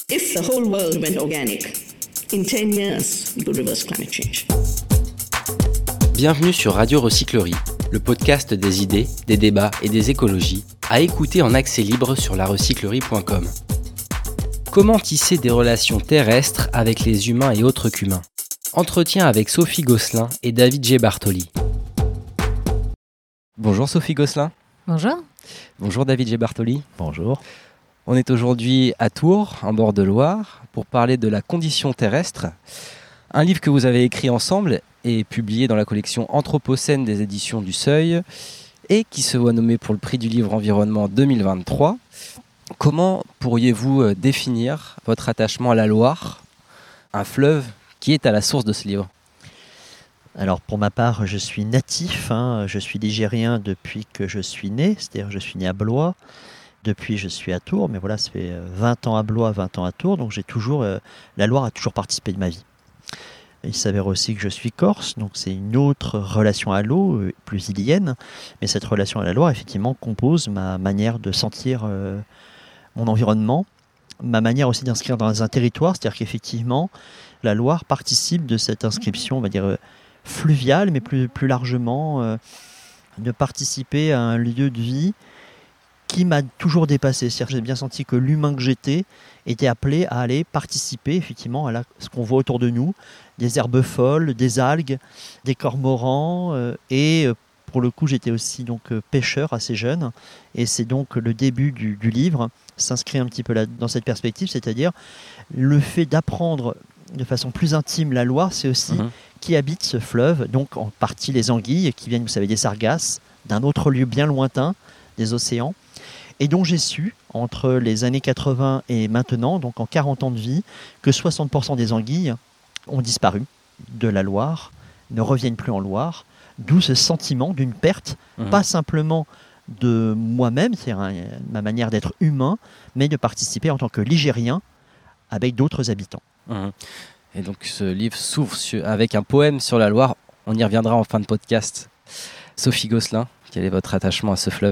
If the whole world went organic, in 10 years, we could reverse climate change. Bienvenue sur Radio Recyclerie, le podcast des idées, des débats et des écologies, à écouter en accès libre sur larecyclerie.com. Comment tisser des relations terrestres avec les humains et autres qu'humains ? Entretien avec Sophie Gosselin et David G. Bartoli. Bonjour Sophie Gosselin. Bonjour. Bonjour David G. Bartoli. Bonjour. On est aujourd'hui à Tours, en bord de Loire, pour parler de la condition terrestre. Un livre que vous avez écrit ensemble et publié dans la collection Anthropocène des éditions du Seuil et qui se voit nommé pour le prix du livre Environnement 2023. Comment pourriez-vous définir votre attachement à la Loire, un fleuve qui est à la source de ce livre ? Alors pour ma part, je suis natif, je suis ligérien depuis que je suis né, c'est-à-dire je suis né à Blois. Depuis, je suis à Tours, mais voilà, ça fait 20 ans à Blois, 20 ans à Tours, donc la Loire a toujours participé de ma vie. Il s'avère aussi que je suis corse, donc c'est une autre relation à l'eau, plus ilienne, mais cette relation à la Loire, effectivement, compose ma manière de sentir mon environnement, ma manière aussi d'inscrire dans un territoire, c'est-à-dire qu'effectivement, la Loire participe de cette inscription, on va dire, fluviale, mais plus largement, de participer à un lieu de vie qui m'a toujours dépassé. C'est-à-dire que j'ai bien senti que l'humain que j'étais était appelé à aller participer effectivement à ce qu'on voit autour de nous, des herbes folles, des algues, des cormorans, et pour le coup j'étais aussi donc pêcheur assez jeune, et c'est donc le début du livre s'inscrit un petit peu là, dans cette perspective, c'est-à-dire le fait d'apprendre de façon plus intime la Loire, c'est aussi qui habite ce fleuve, donc en partie les anguilles qui viennent, vous savez, des sargasses, d'un autre lieu bien lointain, des océans, et dont j'ai su, entre les années 80 et maintenant, donc en 40 ans de vie, que 60% des anguilles ont disparu de la Loire, ne reviennent plus en Loire, d'où ce sentiment d'une perte, pas simplement de moi-même, c'est-à-dire ma manière d'être humain, mais de participer en tant que ligérien avec d'autres habitants. Et donc ce livre s'ouvre avec un poème sur la Loire, on y reviendra en fin de podcast. Sophie Gosselin, quel est votre attachement à ce fleuve ?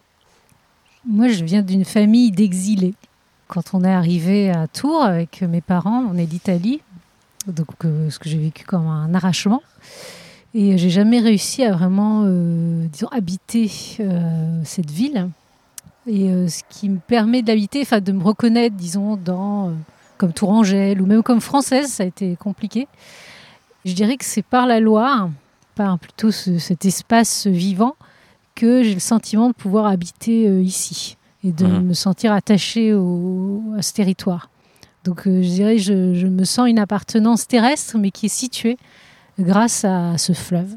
Moi, je viens d'une famille d'exilés. Quand on est arrivé à Tours avec mes parents, on est d'Italie, donc ce que j'ai vécu comme un arrachement. Et j'ai jamais réussi à vraiment, habiter cette ville. Et ce qui me permet de l'habiter, de me reconnaître, comme Tourangelle ou même comme française, ça a été compliqué. Je dirais que c'est par la Loire, par plutôt cet espace vivant, que j'ai le sentiment de pouvoir habiter ici et de me sentir attachée à ce territoire. Donc je dirais que je me sens une appartenance terrestre, mais qui est située grâce à ce fleuve.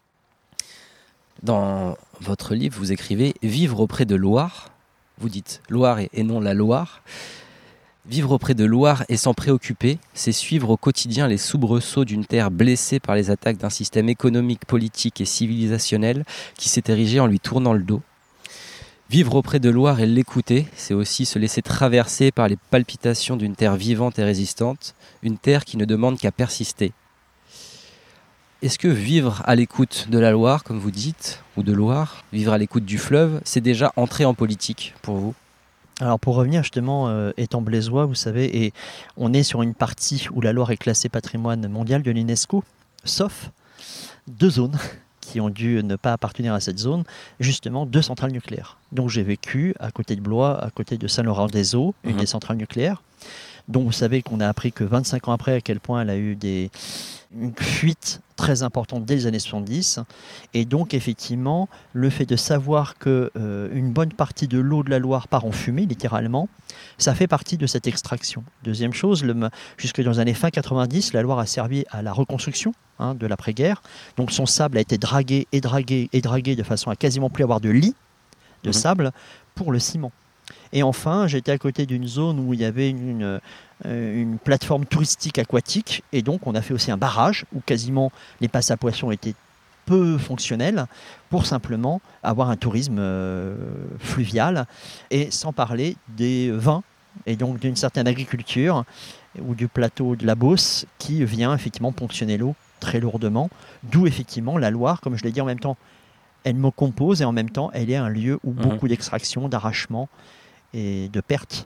Dans votre livre, vous écrivez « Vivre auprès de Loire ». Vous dites « Loire » et non « la Loire ». Vivre auprès de Loire et s'en préoccuper, c'est suivre au quotidien les soubresauts d'une terre blessée par les attaques d'un système économique, politique et civilisationnel qui s'est érigé en lui tournant le dos. Vivre auprès de Loire et l'écouter, c'est aussi se laisser traverser par les palpitations d'une terre vivante et résistante, une terre qui ne demande qu'à persister. Est-ce que vivre à l'écoute de la Loire, comme vous dites, ou de Loire, vivre à l'écoute du fleuve, c'est déjà entrer en politique pour vous ? Alors pour revenir justement, étant blésois, vous savez, et on est sur une partie où la Loire est classée patrimoine mondial de l'UNESCO, sauf 2 zones qui ont dû ne pas appartenir à cette zone, justement 2 centrales nucléaires. Donc j'ai vécu à côté de Blois, à côté de Saint-Laurent-des-Eaux, une des centrales nucléaires, dont vous savez qu'on a appris que 25 ans après à quel point elle a eu une fuite très importante dès les années 70. Et donc effectivement, le fait de savoir qu'une bonne partie de l'eau de la Loire part en fumée, littéralement, ça fait partie de cette extraction. Deuxième chose, jusque dans les années fin 90, la Loire a servi à la reconstruction de l'après-guerre. Donc son sable a été dragué et dragué et dragué de façon à quasiment plus avoir de lit de sable pour le ciment. Et enfin, j'étais à côté d'une zone où il y avait une plateforme touristique aquatique, et donc on a fait aussi un barrage où quasiment les passes à poissons étaient peu fonctionnels pour simplement avoir un tourisme fluvial, et sans parler des vins et donc d'une certaine agriculture ou du plateau de la Beauce qui vient effectivement ponctionner l'eau très lourdement, d'où effectivement la Loire, comme je l'ai dit, en même temps elle me compose et en même temps elle est un lieu où beaucoup d'extraction, d'arrachement et de pertes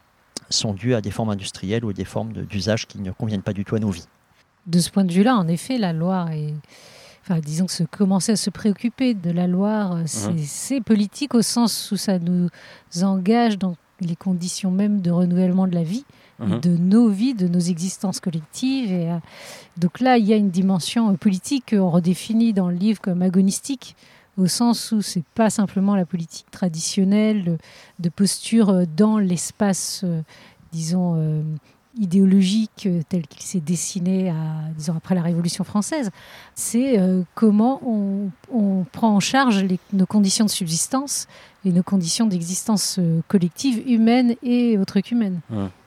sont dues à des formes industrielles ou à des formes d'usage qui ne conviennent pas du tout à nos vies. De ce point de vue-là, en effet, la Loire est... Enfin, disons que commencer à se préoccuper de la Loire, c'est politique au sens où ça nous engage dans les conditions même de renouvellement de la vie, de nos vies, de nos existences collectives. Et, donc là, il y a une dimension politique qu'on redéfinit dans le livre comme agonistique, au sens où c'est pas simplement la politique traditionnelle de posture dans l'espace, disons, idéologique tel qu'il s'est dessiné disons, après la Révolution française. C'est comment on prend en charge nos conditions de subsistance et nos conditions d'existence collective, humaine et autre qu'humaine.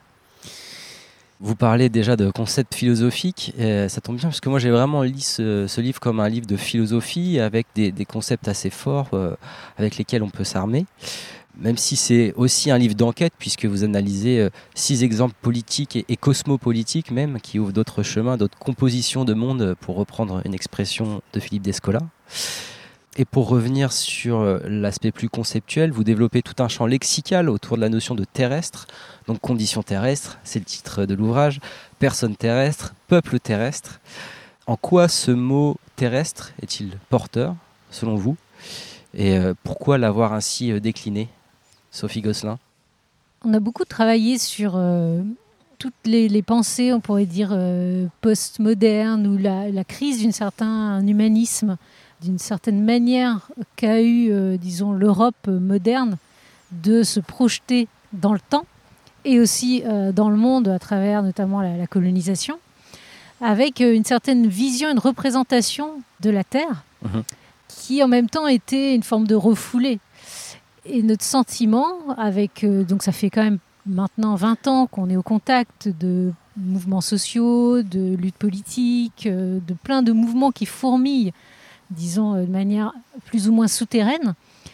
Vous parlez déjà de concepts philosophiques, ça tombe bien parce que moi j'ai vraiment lu ce livre comme un livre de philosophie avec des concepts assez forts avec lesquels on peut s'armer, même si c'est aussi un livre d'enquête puisque vous analysez 6 exemples politiques et cosmopolitiques même qui ouvrent d'autres chemins, d'autres compositions de monde pour reprendre une expression de Philippe Descola. Et pour revenir sur l'aspect plus conceptuel, vous développez tout un champ lexical autour de la notion de terrestre. Donc conditions terrestres, c'est le titre de l'ouvrage, personnes terrestres, peuple terrestre. En quoi ce mot terrestre est-il porteur, selon vous ? Et pourquoi l'avoir ainsi décliné, Sophie Gosselin ? On a beaucoup travaillé sur toutes les pensées, on pourrait dire, post-modernes ou la crise d'un certain humanisme, d'une certaine manière qu'a eu, disons, l'Europe moderne de se projeter dans le temps et aussi dans le monde à travers notamment la colonisation, avec une certaine vision, une représentation de la Terre qui en même temps était une forme de refoulé. Et notre sentiment, donc ça fait quand même maintenant 20 ans qu'on est au contact de mouvements sociaux, de luttes politiques, de plein de mouvements qui fourmillent, disons, de manière plus ou moins souterraine.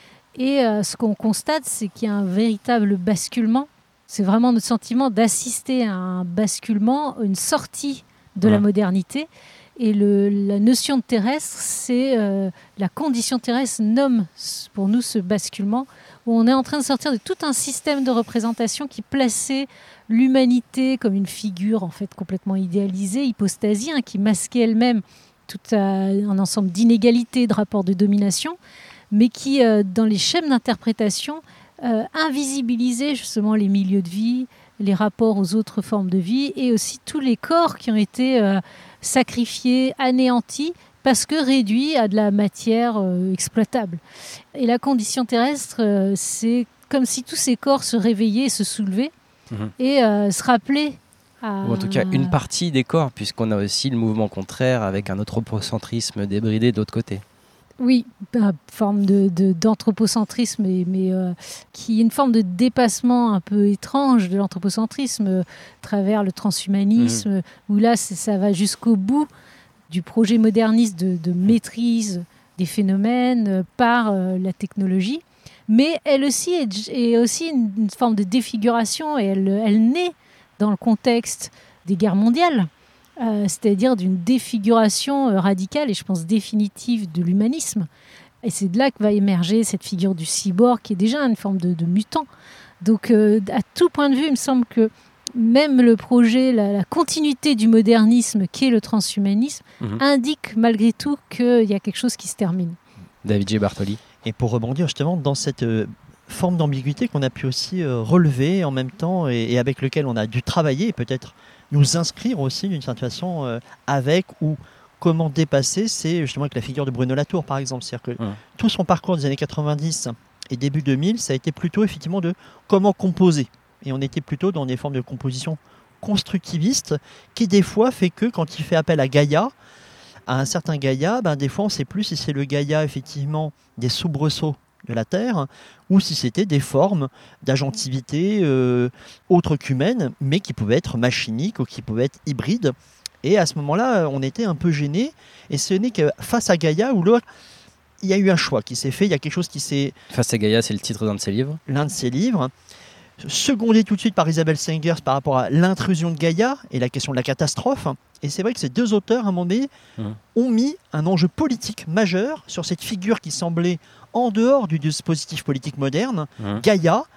Et ce qu'on constate, c'est qu'il y a un véritable basculement. C'est vraiment notre sentiment d'assister à un basculement, une sortie de la modernité. Et la notion de terrestre, c'est la condition terrestre nomme pour nous ce basculement, où on est en train de sortir de tout un système de représentation qui plaçait l'humanité comme une figure en fait complètement idéalisée, hypostasie, qui masquait elle-même tout un ensemble d'inégalités, de rapports de domination, mais qui, dans les schèmes d'interprétation, invisibilisait justement les milieux de vie, les rapports aux autres formes de vie, et aussi tous les corps qui ont été sacrifiés, anéantis, parce que réduits à de la matière exploitable. Et la condition terrestre, c'est comme si tous ces corps se réveillaient, se soulevaient, et se rappelaient ou en tout cas une partie des corps, puisqu'on a aussi le mouvement contraire avec un anthropocentrisme débridé de l'autre côté. Oui, une forme d'anthropocentrisme, mais qui est une forme de dépassement un peu étrange de l'anthropocentrisme à travers le transhumanisme, où là ça va jusqu'au bout du projet moderniste de maîtrise des phénomènes par la technologie. Mais elle aussi est aussi une forme de défiguration, et elle naît dans le contexte des guerres mondiales, c'est-à-dire d'une défiguration radicale et je pense définitive de l'humanisme. Et c'est de là que va émerger cette figure du cyborg qui est déjà une forme de mutant. Donc à tout point de vue, il me semble que même le projet, la continuité du modernisme qui est le transhumanisme, indique malgré tout qu'il y a quelque chose qui se termine. David G. Bartoli. Et pour rebondir justement dans cette forme d'ambiguïté qu'on a pu aussi relever en même temps et avec lequel on a dû travailler et peut-être nous inscrire aussi d'une certaine façon avec ou comment dépasser, c'est justement avec la figure de Bruno Latour par exemple. C'est-à-dire que tout son parcours des années 90 et début 2000, ça a été plutôt effectivement de comment composer. Et on était plutôt dans des formes de composition constructiviste qui des fois fait que quand il fait appel à Gaïa, à un certain Gaïa, des fois on ne sait plus si c'est le Gaïa effectivement des soubresauts de la Terre ou si c'était des formes d'agentivité autres qu'humaines mais qui pouvaient être machiniques ou qui pouvaient être hybrides. Et à ce moment-là, on était un peu gênés et ce n'est que face à Gaïa où là, il y a eu un choix qui s'est fait, il y a quelque chose qui s'est... Face à Gaïa, c'est le titre d'un de ses livres. L'un de ses livres. Secondé tout de suite par Isabelle Sengers par rapport à l'intrusion de Gaïa et la question de la catastrophe. Et c'est vrai que ces deux auteurs, à un moment donné, ont mis un enjeu politique majeur sur cette figure qui semblait en dehors du dispositif politique moderne, Gaïa,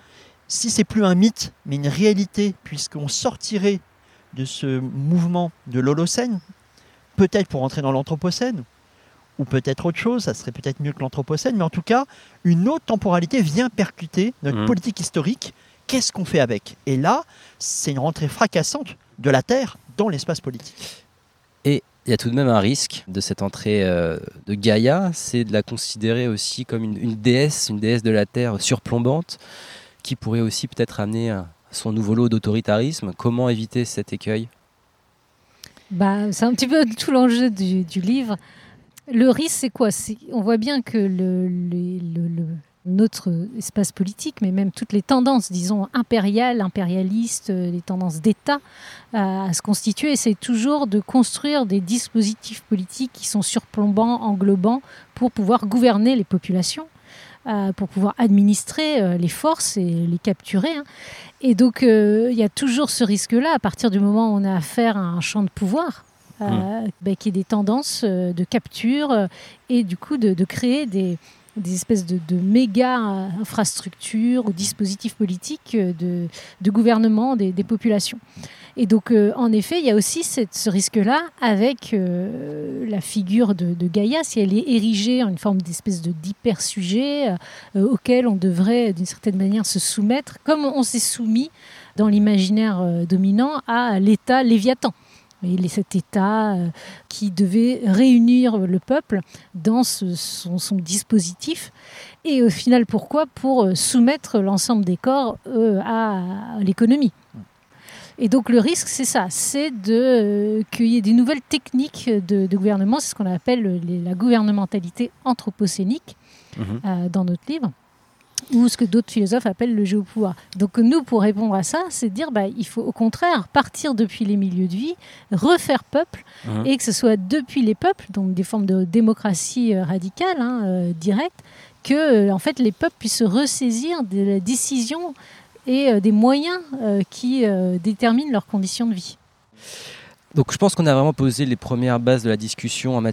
si c'est plus un mythe, mais une réalité, puisqu'on sortirait de ce mouvement de l'Holocène, peut-être pour entrer dans l'Anthropocène, ou peut-être autre chose, ça serait peut-être mieux que l'Anthropocène, mais en tout cas, une autre temporalité vient percuter notre politique historique. Qu'est-ce qu'on fait avec ? Et là, c'est une rentrée fracassante de la Terre dans l'espace politique. Et il y a tout de même un risque de cette entrée de Gaïa, c'est de la considérer aussi comme une déesse de la Terre surplombante, qui pourrait aussi peut-être amener son nouveau lot d'autoritarisme. Comment éviter cet écueil ? C'est un petit peu tout l'enjeu du livre. Le risque, c'est quoi ? On voit bien que notre espace politique, mais même toutes les tendances, disons, impérialistes, les tendances d'État à se constituer, c'est toujours de construire des dispositifs politiques qui sont surplombants, englobants, pour pouvoir gouverner les populations, pour pouvoir administrer les forces et les capturer. Et donc, il y a toujours ce risque-là, à partir du moment où on a affaire à un champ de pouvoir, qui est des tendances de capture et du coup de créer des espèces de méga infrastructures ou dispositifs politiques de gouvernement des populations. Et donc, en effet, il y a aussi ce risque-là avec la figure de Gaïa, si elle est érigée en une forme d'espèce d'hyper-sujet auquel on devrait, d'une certaine manière, se soumettre, comme on s'est soumis dans l'imaginaire dominant à l'État Léviathan. Et cet État qui devait réunir le peuple dans son dispositif. Et au final, pourquoi ? Pour soumettre l'ensemble des corps à l'économie. Et donc le risque, c'est ça, c'est qu'il y ait des nouvelles techniques de gouvernement, c'est ce qu'on appelle la gouvernementalité anthropocénique dans notre livre, ou ce que d'autres philosophes appellent le géopouvoir. Donc nous, pour répondre à ça, c'est de dire il faut au contraire partir depuis les milieux de vie, refaire peuple, et que ce soit depuis les peuples, donc des formes de démocratie radicale, directe, que en fait les peuples puissent se ressaisir de la décision et des moyens qui déterminent leurs conditions de vie. Donc je pense qu'on a vraiment posé les premières bases de la discussion en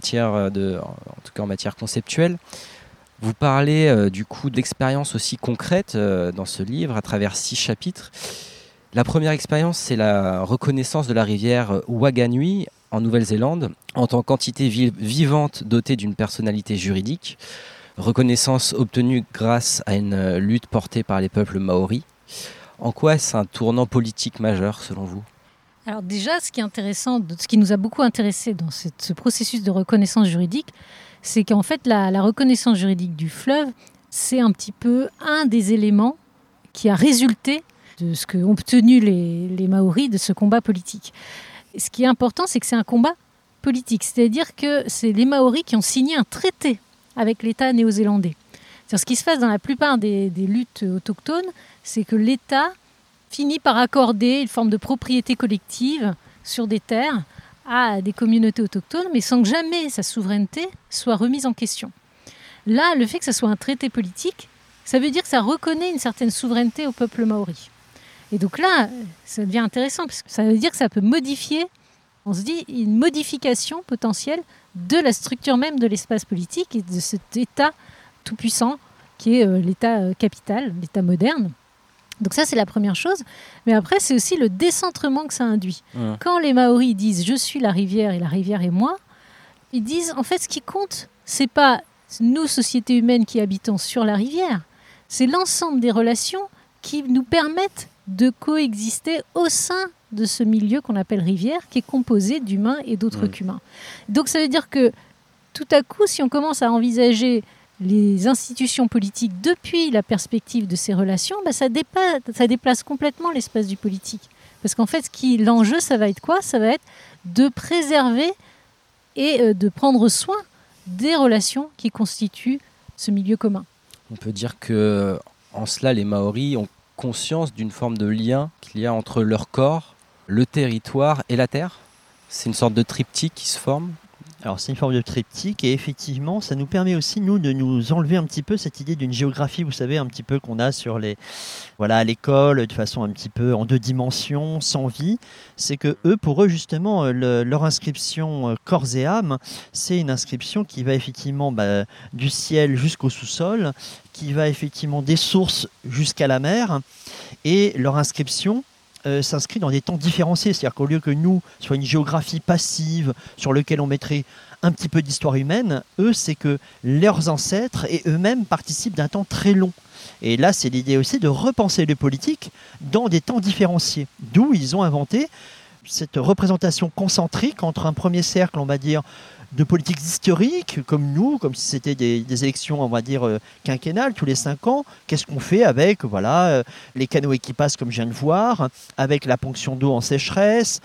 tout cas en matière conceptuelle. Vous parlez du coup d'expériences aussi concrètes dans ce livre à travers 6 chapitres. La première expérience, c'est la reconnaissance de la rivière Waganui en Nouvelle-Zélande en tant qu'entité vivante dotée d'une personnalité juridique. Reconnaissance obtenue grâce à une lutte portée par les peuples maoris. En quoi est-ce un tournant politique majeur selon vous ? Alors déjà, ce qui est intéressant, ce qui nous a beaucoup intéressé dans ce processus de reconnaissance juridique, c'est qu'en fait, la reconnaissance juridique du fleuve, c'est un petit peu un des éléments qui a résulté de ce qu'ont obtenu les Maoris de ce combat politique. Et ce qui est important, c'est que c'est un combat politique, c'est-à-dire que c'est les Maoris qui ont signé un traité avec l'État néo-zélandais. C'est-à-dire, ce qui se passe dans la plupart des luttes autochtones, c'est que l'État finit par accorder une forme de propriété collective sur des terres à des communautés autochtones, mais sans que jamais sa souveraineté soit remise en question. Là, le fait que ce soit un traité politique, ça veut dire que ça reconnaît une certaine souveraineté au peuple maori. Et donc là, ça devient intéressant, parce que ça veut dire que ça peut modifier, on se dit, une modification potentielle de la structure même de l'espace politique et de cet État tout-puissant qui est l'État capital, l'État moderne. Donc ça, c'est la première chose. Mais après, c'est aussi le décentrement que ça induit. Quand les Maoris disent « je suis la rivière et la rivière est moi », ils disent en fait ce qui compte, c'est pas nous, sociétés humaines qui habitons sur la rivière, c'est l'ensemble des relations qui nous permettent de coexister au sein de ce milieu qu'on appelle rivière, qui est composé d'humains et d'autres qu'humains. Donc ça veut dire que tout à coup, si on commence à envisager les institutions politiques depuis la perspective de ces relations, ça déplace complètement l'espace du politique. Parce qu'en fait, l'enjeu, ça va être quoi ? Ça va être de préserver et de prendre soin des relations qui constituent ce milieu commun. On peut dire que, en cela, les Maoris ont conscience d'une forme de lien qu'il y a entre leur corps, le territoire et la terre. C'est une sorte de triptyque qui se forme. Alors c'est une forme de triptyque et effectivement ça nous permet aussi nous de nous enlever un petit peu cette idée d'une géographie, vous savez, un petit peu qu'on a sur à l'école de façon un petit peu en 2 dimensions, sans vie. C'est que pour eux justement leur inscription corps et âme, c'est une inscription qui va effectivement du ciel jusqu'au sous-sol, qui va effectivement des sources jusqu'à la mer et leur inscription s'inscrit dans des temps différenciés. C'est-à-dire qu'au lieu que nous, soit une géographie passive sur laquelle on mettrait un petit peu d'histoire humaine, eux, c'est que leurs ancêtres et eux-mêmes participent d'un temps très long. Et là, c'est l'idée aussi de repenser les politiques dans des temps différenciés. D'où ils ont inventé cette représentation concentrique entre un premier cercle, on va dire, de politiques historiques, comme nous, comme si c'était des élections, on va dire, quinquennales, tous les 5 ans. Qu'est-ce qu'on fait avec les canoës qui passent, comme je viens de voir, avec la ponction d'eau en sécheresse,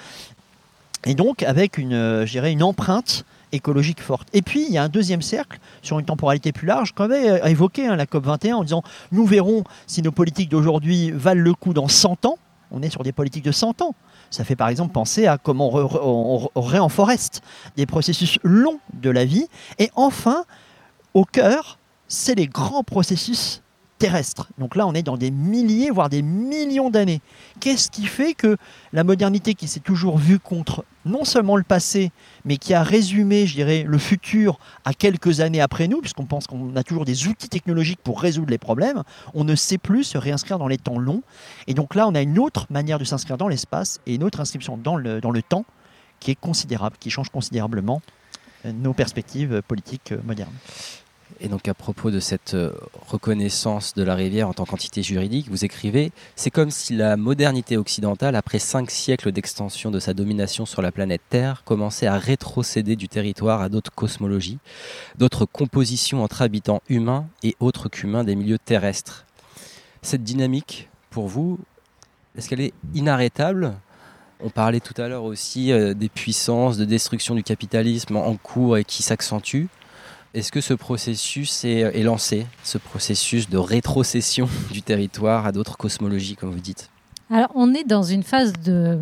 et donc avec une empreinte écologique forte. Et puis, il y a un deuxième cercle, sur une temporalité plus large, qu'on avait évoqué la COP21, en disant, nous verrons si nos politiques d'aujourd'hui valent le coup dans 100 ans. On est sur des politiques de 100 ans. Ça fait par exemple penser à comment on réenforeste des processus longs de la vie. Et enfin, au cœur, c'est les grands processus terrestres. Donc là, on est dans des milliers, voire des millions d'années. Qu'est-ce qui fait que la modernité qui s'est toujours vue contre non seulement le passé, mais qui a résumé, je dirais, le futur à quelques années après nous, puisqu'on pense qu'on a toujours des outils technologiques pour résoudre les problèmes, on ne sait plus se réinscrire dans les temps longs. Et donc là, on a une autre manière de s'inscrire dans l'espace et une autre inscription dans le temps qui est considérable, qui change considérablement nos perspectives politiques modernes. Et donc à propos de cette reconnaissance de la rivière en tant qu'entité juridique, vous écrivez « C'est comme si la modernité occidentale, après 5 siècles d'extension de sa domination sur la planète Terre, commençait à rétrocéder du territoire à d'autres cosmologies, d'autres compositions entre habitants humains et autres qu'humains des milieux terrestres. » Cette dynamique, pour vous, est-ce qu'elle est inarrêtable ? On parlait tout à l'heure aussi des puissances de destruction du capitalisme en cours et qui s'accentuent. Est-ce que ce processus est lancé, ce processus de rétrocession du territoire à d'autres cosmologies, comme vous dites ? Alors, on est dans une phase de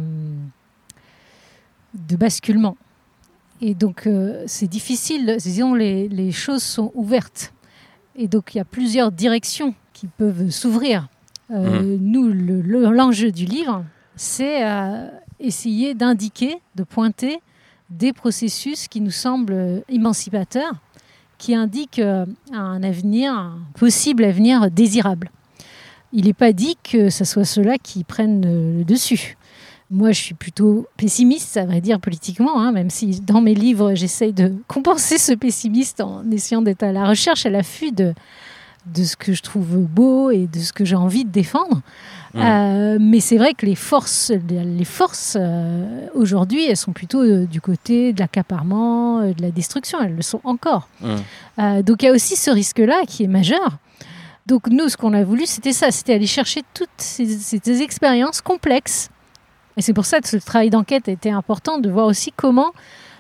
basculement. Et donc, c'est difficile. Disons, les choses sont ouvertes. Et donc, il y a plusieurs directions qui peuvent s'ouvrir. Nous, l'enjeu du livre, c'est essayer d'indiquer, de pointer des processus qui nous semblent émancipateurs, qui indique un possible avenir désirable. Il n'est pas dit que ce soit ceux-là qui prennent le dessus. Moi, je suis plutôt pessimiste, à vrai dire, politiquement, même si dans mes livres, j'essaye de compenser ce pessimisme en essayant d'être à la recherche, à l'affût de ce que je trouve beau et de ce que j'ai envie de défendre. Mais c'est vrai que les forces aujourd'hui, elles sont plutôt du côté de l'accaparement, de la destruction. Elles le sont encore. Donc il y a aussi ce risque-là qui est majeur. Donc nous, ce qu'on a voulu, c'était ça. C'était aller chercher toutes ces expériences complexes. Et c'est pour ça que ce travail d'enquête a été important, de voir aussi comment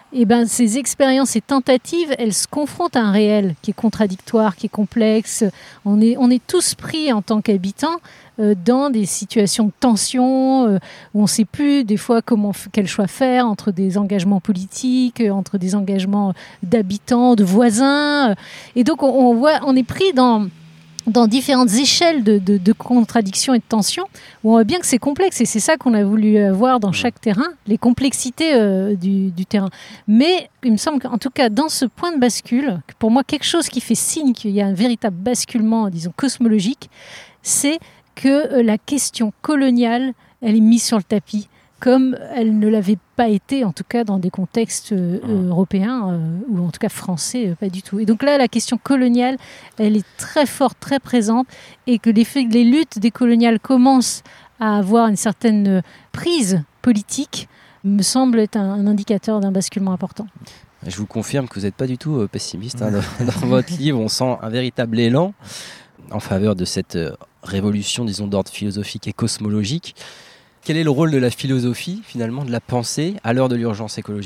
ces expériences et tentatives, elles se confrontent à un réel qui est contradictoire, qui est complexe. On est tous pris en tant qu'habitants dans des situations de tension où on ne sait plus des fois quel choix faire entre des engagements politiques, entre des engagements d'habitants, de voisins. Et donc on est pris dans différentes échelles de contradictions et de tensions, où on voit bien que c'est complexe, et c'est ça qu'on a voulu voir dans chaque terrain, les complexités du terrain. Mais il me semble qu'en tout cas, dans ce point de bascule, pour moi, quelque chose qui fait signe qu'il y a un véritable basculement, disons, cosmologique, c'est que la question coloniale, elle est mise sur le tapis, comme elle ne l'avait pas été, en tout cas dans des contextes européens, ou en tout cas français, pas du tout. Et donc là, la question coloniale, elle est très forte, très présente, et que les luttes des coloniales commencent à avoir une certaine prise politique, me semble être un indicateur d'un basculement important. Je vous confirme que vous n'êtes pas du tout pessimiste. Dans votre livre, on sent un véritable élan en faveur de cette révolution, disons, d'ordre philosophique et cosmologique. Quel est le rôle de la philosophie, finalement, de la pensée, à l'heure de l'urgence écologique ?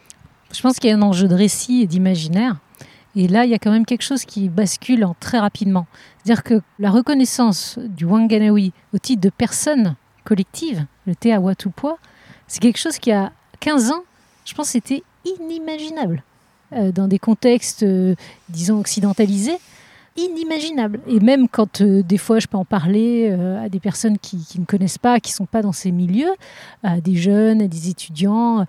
Je pense qu'il y a un enjeu de récit et d'imaginaire. Et là, il y a quand même quelque chose qui bascule très rapidement. C'est-à-dire que la reconnaissance du Wanganawi au titre de personne collective, le Te Awatupua, c'est quelque chose qui, a 15 ans, je pense, c'était inimaginable. Dans des contextes, disons, occidentalisés, inimaginable. Et même quand des fois je peux en parler à des personnes qui ne connaissent pas, qui ne sont pas dans ces milieux, à des jeunes, à des étudiants,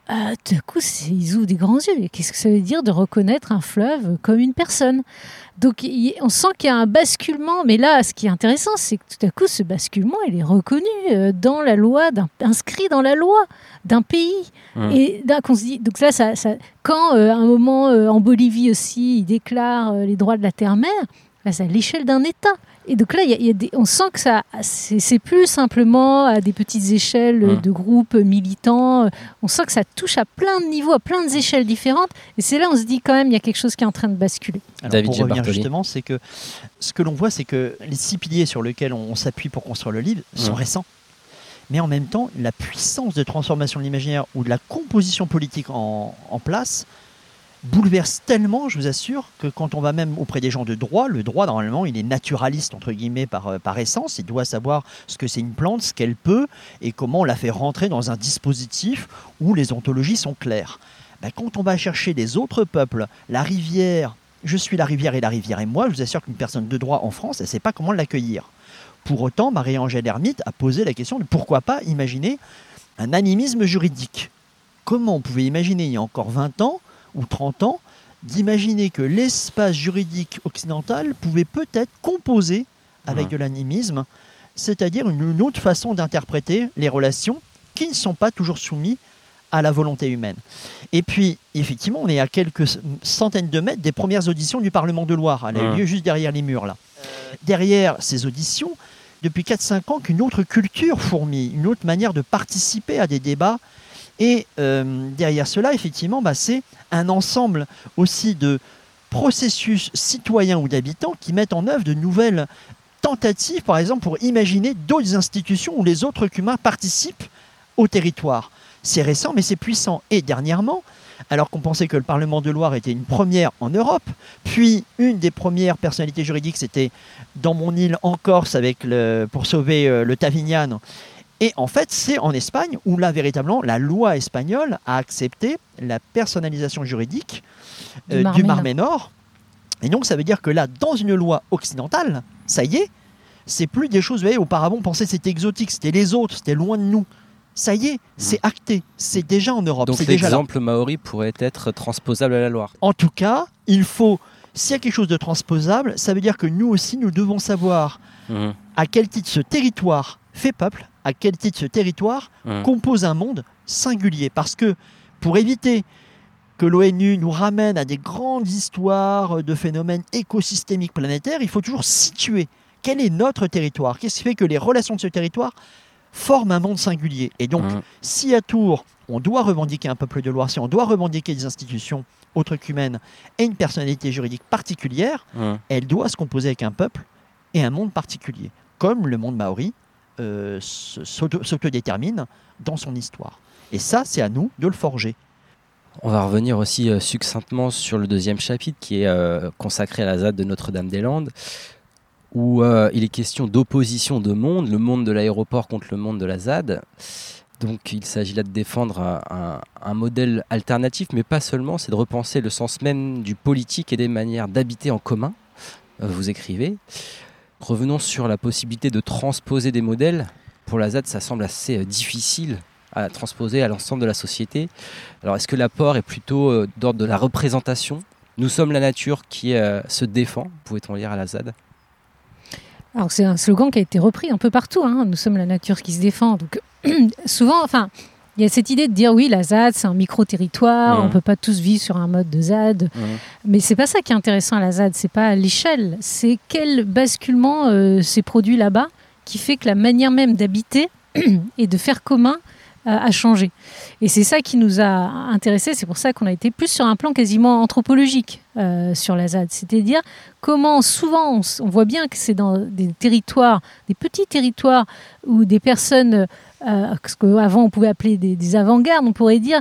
tout à coup, ils ouvrent des grands yeux. Qu'est-ce que ça veut dire de reconnaître un fleuve comme une personne ? Donc, on sent qu'il y a un basculement. Mais là, ce qui est intéressant, c'est que tout à coup, ce basculement, il est reconnu dans la loi, inscrit dans la loi d'un pays. Et là, qu'on se dit, donc là, quand à un moment, en Bolivie aussi, ils déclarent les droits de la terre-mère, là, c'est à l'échelle d'un État. Et donc là, on sent que c'est plus simplement à des petites échelles de groupes militants. On sent que ça touche à plein de niveaux, à plein d'échelles différentes. Et c'est là on se dit quand même, il y a quelque chose qui est en train de basculer. Alors, David pour revenir Bartoli. justement, c'est que ce que l'on voit, c'est que les 6 piliers sur lesquels on s'appuie pour construire le livre sont récents. Mais en même temps, la puissance de transformation de l'imaginaire ou de la composition politique en place bouleverse tellement, je vous assure, que quand on va même auprès des gens de droit, le droit, normalement, il est naturaliste, entre guillemets, par essence. Il doit savoir ce que c'est une plante, ce qu'elle peut, et comment on la fait rentrer dans un dispositif où les ontologies sont claires. Quand on va chercher les autres peuples, la rivière, je suis la rivière est moi, je vous assure qu'une personne de droit en France, elle ne sait pas comment l'accueillir. Pour autant, Marie-Angèle Hermite a posé la question de pourquoi pas imaginer un animisme juridique. Comment on pouvait imaginer, il y a encore 20 ans, ou 30 ans, d'imaginer que l'espace juridique occidental pouvait peut-être composer avec de l'animisme, c'est-à-dire une autre façon d'interpréter les relations qui ne sont pas toujours soumises à la volonté humaine. Et puis, effectivement, on est à quelques centaines de mètres des premières auditions du Parlement de Loire. Elle a eu lieu juste derrière les murs, là. Derrière ces auditions, depuis 4-5 ans, qu'une autre culture fourmille, une autre manière de participer à des débats. Et derrière cela, effectivement, c'est un ensemble aussi de processus citoyens ou d'habitants qui mettent en œuvre de nouvelles tentatives, par exemple, pour imaginer d'autres institutions où les autres humains participent au territoire. C'est récent, mais c'est puissant. Et dernièrement, alors qu'on pensait que le Parlement de Loire était une première en Europe, puis une des premières personnalités juridiques, c'était dans mon île en Corse pour sauver le Tavignane. Et en fait, c'est en Espagne où là, véritablement, la loi espagnole a accepté la personnalisation juridique du Mar Ménor. Et donc, ça veut dire que là, dans une loi occidentale, ça y est, c'est plus des choses, vous voyez, auparavant, on pensait que c'était exotique, c'était les autres, c'était loin de nous. Ça y est, c'est acté, c'est déjà en Europe. Donc l'exemple maori pourrait être transposable à la Loire. En tout cas, s'il y a quelque chose de transposable, ça veut dire que nous aussi, nous devons savoir à quel titre ce territoire fait peuple, à quel titre ce territoire compose un monde singulier. Parce que pour éviter que l'ONU nous ramène à des grandes histoires de phénomènes écosystémiques planétaires, il faut toujours situer quel est notre territoire, qu'est-ce qui fait que les relations de ce territoire forment un monde singulier. Et donc, si à Tours, on doit revendiquer un peuple de Loire, si on doit revendiquer des institutions autres qu'humaines et une personnalité juridique particulière, elle doit se composer avec un peuple et un monde particulier, comme le monde maori s'autodétermine dans son histoire. Et ça, c'est à nous de le forger. On va revenir aussi succinctement sur le deuxième chapitre qui est consacré à la ZAD de Notre-Dame-des-Landes, où il est question d'opposition de monde, le monde de l'aéroport contre le monde de la ZAD. Donc il s'agit là de défendre un modèle alternatif, mais pas seulement, c'est de repenser le sens même du politique et des manières d'habiter en commun, vous écrivez. Revenons sur la possibilité de transposer des modèles. Pour la ZAD, ça semble assez difficile à transposer à l'ensemble de la société. Alors est-ce que l'apport est plutôt d'ordre de la représentation ? Nous sommes la nature qui se défend, pouvait-on lire à la ZAD ? Alors c'est un slogan qui a été repris un peu partout, nous sommes la nature qui se défend. Donc souvent, il y a cette idée de dire oui, la ZAD c'est un micro-territoire, on peut pas tous vivre sur un mode de ZAD. Mais c'est pas ça qui est intéressant à la ZAD, c'est pas l'échelle, c'est quel basculement s'est produit là-bas qui fait que la manière même d'habiter et de faire commun a changé. Et c'est ça qui nous a intéressés, c'est pour ça qu'on a été plus sur un plan quasiment anthropologique sur la ZAD. C'est-à-dire comment souvent on voit bien que c'est dans des territoires, des petits territoires où des personnes, ce qu'avant on pouvait appeler des avant-gardes, on pourrait dire,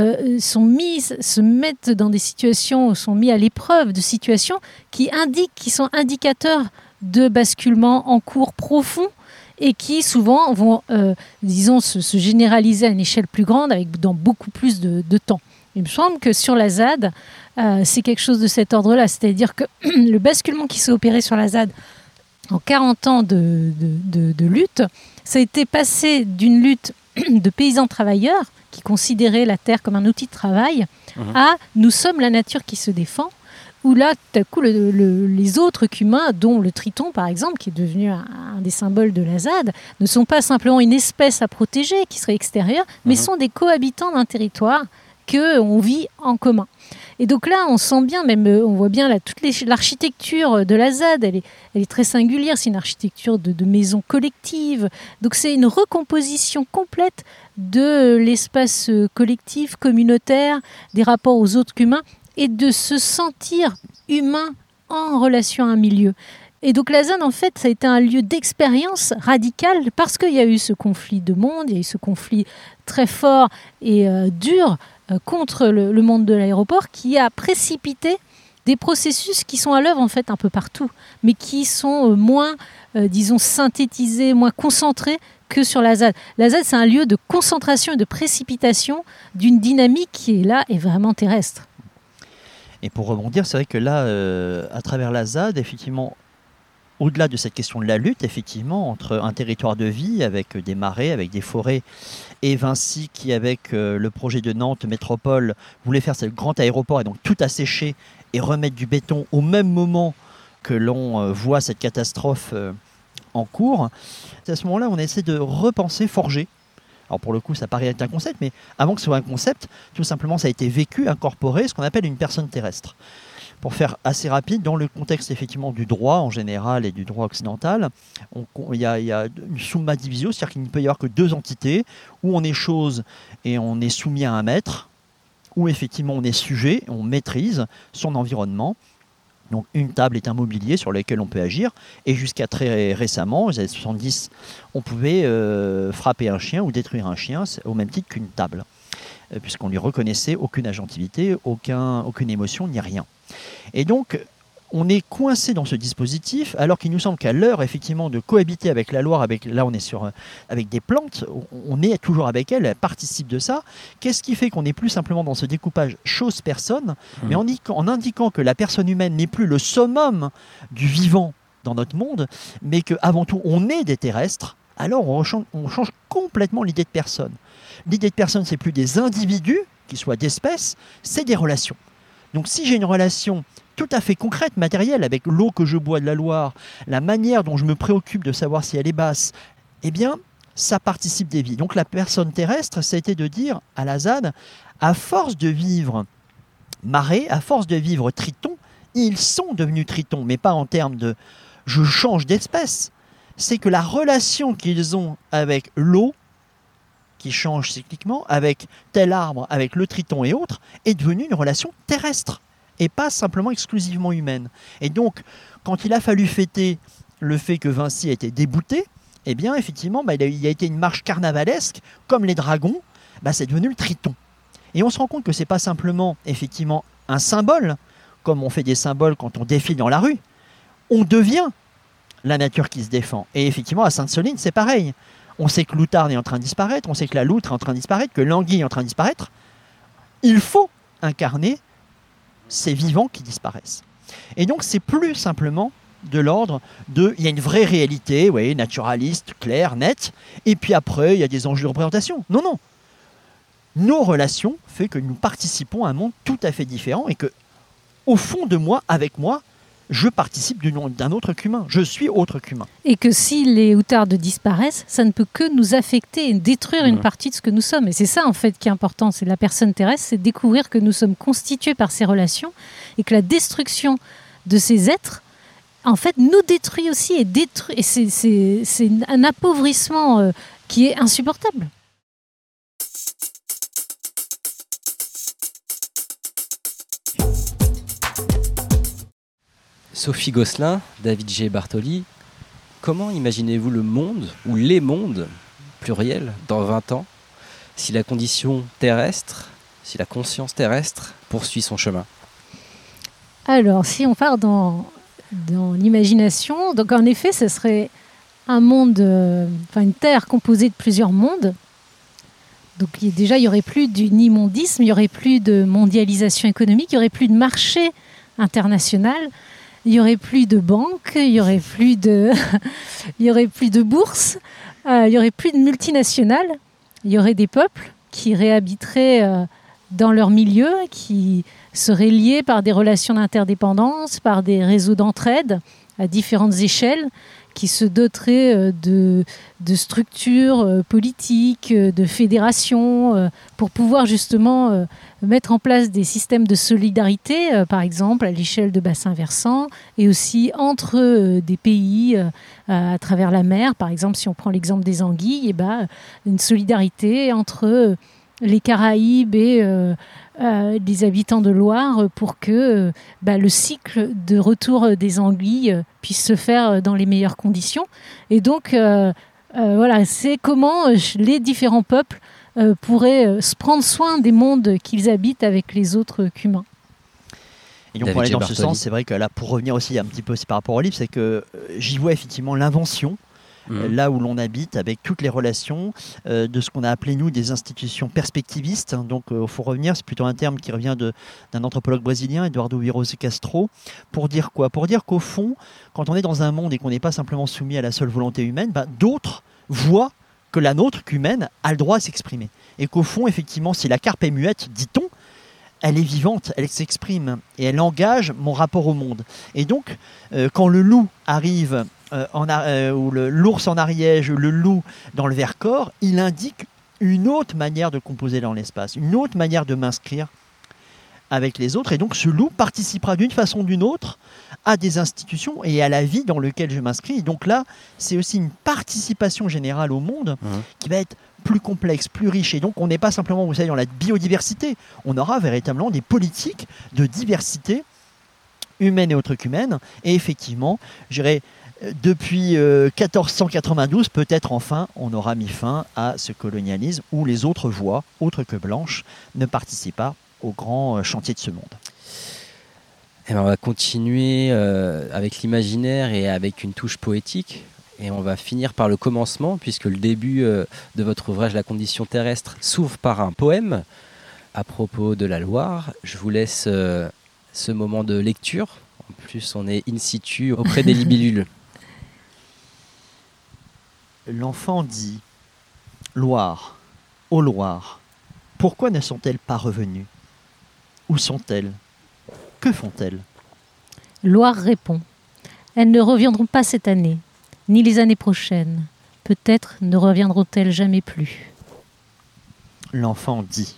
se mettent dans des situations, sont mis à l'épreuve de situations qui sont indicateurs de basculement en cours profond, et qui souvent vont, se généraliser à une échelle plus grande dans beaucoup plus de temps. Il me semble que sur la ZAD, c'est quelque chose de cet ordre-là. C'est-à-dire que le basculement qui s'est opéré sur la ZAD en 40 ans de lutte, ça a été passé d'une lutte de paysans travailleurs qui considéraient la terre comme un outil de travail à « nous sommes la nature qui se défend », où là, tout à coup, les autres qu'humains, dont le triton, par exemple, qui est devenu un des symboles de la ZAD, ne sont pas simplement une espèce à protéger, qui serait extérieure, mais sont des cohabitants d'un territoire qu'on vit en commun. Et donc là, on sent bien, même on voit bien là, l'architecture de la ZAD, elle est très singulière, c'est une architecture de maisons collectives. Donc c'est une recomposition complète de l'espace collectif, communautaire, des rapports aux autres qu'humains, et de se sentir humain en relation à un milieu. Et donc la ZAD, en fait, ça a été un lieu d'expérience radicale parce qu'il y a eu ce conflit de monde, il y a eu ce conflit très fort et dur contre le monde de l'aéroport qui a précipité des processus qui sont à l'œuvre en fait un peu partout, mais qui sont moins, disons, synthétisés, moins concentrés que sur la ZAD. La ZAD, c'est un lieu de concentration et de précipitation d'une dynamique qui est là et vraiment terrestre. Et pour rebondir, c'est vrai que là, à travers la ZAD, effectivement, au-delà de cette question de la lutte, effectivement, entre un territoire de vie avec des marais, avec des forêts, et Vinci qui, avec le projet de Nantes Métropole, voulait faire ce grand aéroport et donc tout assécher et remettre du béton au même moment que l'on voit cette catastrophe en cours. C'est à ce moment-là, on essaie de repenser, forger. Alors pour le coup, ça paraît être un concept, mais avant que ce soit un concept, tout simplement, ça a été vécu, incorporé, ce qu'on appelle une personne terrestre. Pour faire assez rapide, dans le contexte effectivement du droit en général et du droit occidental, il y a une summa divisio, c'est-à-dire qu'il ne peut y avoir que deux entités, où on est chose et on est soumis à un maître, où effectivement on est sujet, on maîtrise son environnement. Donc une table est un mobilier sur lequel on peut agir, et jusqu'à très récemment, les années 70, on pouvait frapper un chien ou détruire un chien au même titre qu'une table, puisqu'on lui reconnaissait aucune agentivité, aucune émotion, ni rien. Et donc, on est coincé dans ce dispositif, alors qu'il nous semble qu'à l'heure, effectivement, de cohabiter avec la Loire, là on est avec des plantes, on est toujours avec elle participe de ça. Qu'est-ce qui fait qu'on n'est plus simplement dans ce découpage chose-personne, mais en indiquant que la personne humaine n'est plus le summum du vivant dans notre monde, mais qu'avant tout, on est des terrestres, alors on change complètement l'idée de personne. L'idée de personne, c'est plus des individus, qui soient d'espèces, c'est des relations. Donc si j'ai une relation tout à fait concrète, matérielle, avec l'eau que je bois de la Loire, la manière dont je me préoccupe de savoir si elle est basse, eh bien, ça participe des vies. Donc la personne terrestre, ça a été de dire à la ZAD, à force de vivre marée, à force de vivre triton, ils sont devenus tritons, mais pas en termes de « je change d'espèce ». C'est que la relation qu'ils ont avec l'eau, qui change cycliquement, avec tel arbre, avec le triton et autres, est devenue une relation terrestre et pas simplement exclusivement humaine. Et donc, quand il a fallu fêter le fait que Vinci a été débouté, eh bien, effectivement, il y a été une marche carnavalesque, comme les dragons, c'est devenu le triton. Et on se rend compte que ce n'est pas simplement, effectivement, un symbole, comme on fait des symboles quand on défile dans la rue. On devient la nature qui se défend. Et effectivement, à Sainte-Soline, c'est pareil. On sait que l'outarde est en train de disparaître, on sait que la loutre est en train de disparaître, que l'anguille est en train de disparaître. Il faut incarner ces vivants qui disparaissent. Et donc, c'est plus simplement de l'ordre de... Il y a une vraie réalité, oui, naturaliste, claire, nette, et puis après, il y a des enjeux de représentation. Non, non. Nos relations font que nous participons à un monde tout à fait différent et que, au fond de moi, avec moi, je participe d'un autre qu'humain. Je suis autre qu'humain. Et que si les outardes disparaissent, ça ne peut que nous affecter et détruire une partie de ce que nous sommes. Et c'est ça, en fait, qui est important. C'est la personne terrestre, c'est découvrir que nous sommes constitués par ces relations et que la destruction de ces êtres, en fait, nous détruit aussi et c'est un appauvrissement qui est insupportable. Sophie Gosselin, David G. Bartoli, comment imaginez-vous le monde, ou les mondes, pluriels, dans 20 ans, si la condition terrestre, si la conscience terrestre poursuit son chemin ? Alors, si on part dans l'imagination, donc en effet, ce serait un monde, une terre composée de plusieurs mondes. Donc déjà, il n'y aurait plus d'immondisme, il n'y aurait plus de mondialisation économique, il n'y aurait plus de marché international. Il n'y aurait plus de banques, il n'y aurait plus de bourses, il n'y aurait plus de multinationales. il y aurait des peuples qui réhabiteraient dans leur milieu, qui seraient liés par des relations d'interdépendance, par des réseaux d'entraide à différentes échelles, qui se doteraient de structures politiques, de fédérations, pour pouvoir justement mettre en place des systèmes de solidarité, par exemple à l'échelle de bassins versants, et aussi entre des pays à travers la mer. Par exemple, si on prend l'exemple des Anguilles, une solidarité entre les Caraïbes et des habitants de Loire pour que le cycle de retour des anguilles puisse se faire dans les meilleures conditions. Et donc, c'est comment les différents peuples pourraient se prendre soin des mondes qu'ils habitent avec les autres qu'humains. Et donc, pour aller dans ce sens, c'est vrai que là, pour revenir aussi un petit peu aussi par rapport au livre, c'est que j'y vois effectivement l'invention. Là où l'on habite, avec toutes les relations de ce qu'on a appelé, nous, des institutions perspectivistes. Donc, il faut revenir, c'est plutôt un terme qui revient d'un anthropologue brésilien, Eduardo Viroz Castro, pour dire quoi ? Pour dire qu'au fond, quand on est dans un monde et qu'on n'est pas simplement soumis à la seule volonté humaine, d'autres voient que la nôtre, qu'humaine, a le droit à s'exprimer. Et qu'au fond, effectivement, si la carpe est muette, dit-on, elle est vivante, elle s'exprime et elle engage mon rapport au monde. Et donc, quand le loup arrive... ou l'ours en Ariège, le loup dans le Vercors, il indique une autre manière de composer dans l'espace, une autre manière de m'inscrire avec les autres. Et donc ce loup participera d'une façon ou d'une autre à des institutions et à la vie dans laquelle je m'inscris. Et donc là, c'est aussi une participation générale au monde qui va être plus complexe, plus riche. Et donc on n'est pas simplement, vous savez, dans la biodiversité. On aura véritablement des politiques de diversité humaine et autre qu'humaine. Et effectivement, je dirais, depuis 1492, peut-être enfin, on aura mis fin à ce colonialisme où les autres voix, autres que blanches, ne participent pas au grand chantier de ce monde. On va continuer avec l'imaginaire et avec une touche poétique. Et on va finir par le commencement, puisque le début de votre ouvrage « La condition terrestre » s'ouvre par un poème à propos de la Loire. Je vous laisse ce moment de lecture. En plus, on est in situ auprès des libellules. L'enfant dit « Loire, ô Loire, pourquoi ne sont-elles pas revenues ? Où sont-elles ? Que font-elles » Loire répond « Elles ne reviendront pas cette année, ni les années prochaines. Peut-être ne reviendront-elles jamais plus. » L'enfant dit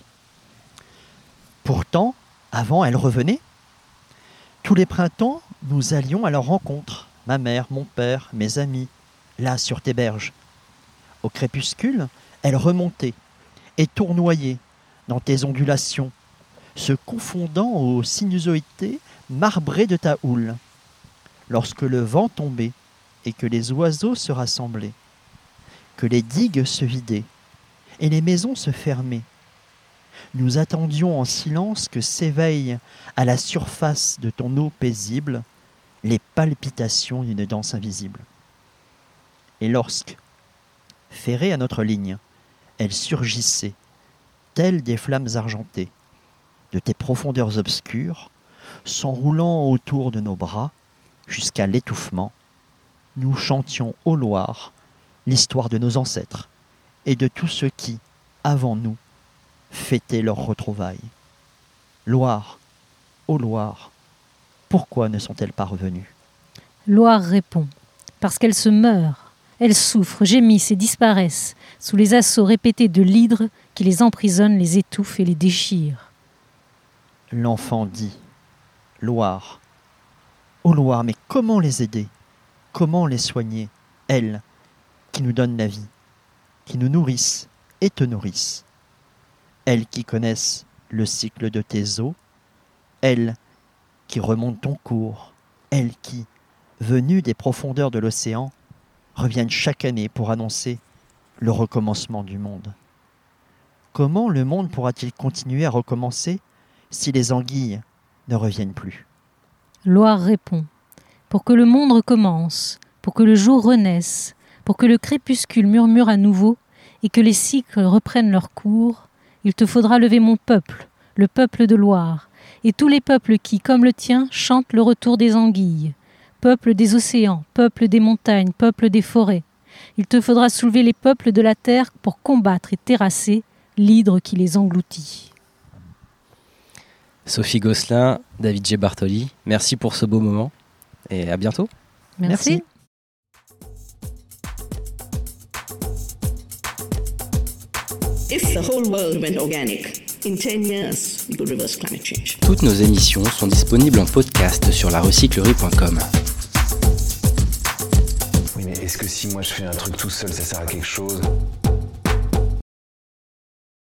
« Pourtant, avant, elles revenaient. Tous les printemps, nous allions à leur rencontre, ma mère, mon père, mes amis, là sur tes berges. Au crépuscule, elles remontaient et tournoyaient dans tes ondulations, se confondant aux sinuosités marbrées de ta houle. Lorsque le vent tombait et que les oiseaux se rassemblaient, que les digues se vidaient et les maisons se fermaient, nous attendions en silence que s'éveillent à la surface de ton eau paisible les palpitations d'une danse invisible. Et lorsque, ferrées à notre ligne, elles surgissaient, telles des flammes argentées, de tes profondeurs obscures, s'enroulant autour de nos bras, jusqu'à l'étouffement, nous chantions ô Loire l'histoire de nos ancêtres et de tous ceux qui, avant nous, fêtaient leurs retrouvailles. Loire, ô Loire, pourquoi ne sont-elles pas revenues ? Loire répond « Parce qu'elles se meurent. Elles souffrent, gémissent et disparaissent sous les assauts répétés de l'hydre qui les emprisonne, les étouffe et les déchire. » L'enfant dit « Loire, ô Loire, mais comment les aider ? Comment les soigner, elles, qui nous donnent la vie, qui nous nourrissent et te nourrissent ? Elles qui connaissent le cycle de tes eaux, elles qui remontent ton cours, elles qui, venues des profondeurs de l'océan, reviennent chaque année pour annoncer le recommencement du monde. Comment le monde pourra-t-il continuer à recommencer si les anguilles ne reviennent plus ? Loire répond « Pour que le monde recommence, pour que le jour renaisse, pour que le crépuscule murmure à nouveau et que les cycles reprennent leur cours, il te faudra lever mon peuple, le peuple de Loire, et tous les peuples qui, comme le tien, chantent le retour des anguilles, peuple des océans, peuple des montagnes, peuple des forêts, Il te faudra soulever les peuples de la terre pour combattre et terrasser l'hydre qui les engloutit. Sophie Gosselin, David G. Bartoli, merci pour ce beau moment et à bientôt. Merci. If the whole world went organic, in 10 years, we could reverse climate change. Toutes nos émissions sont disponibles en podcast sur larecyclerie.com. Oui, mais est-ce que si moi je fais un truc tout seul, ça sert à quelque chose ?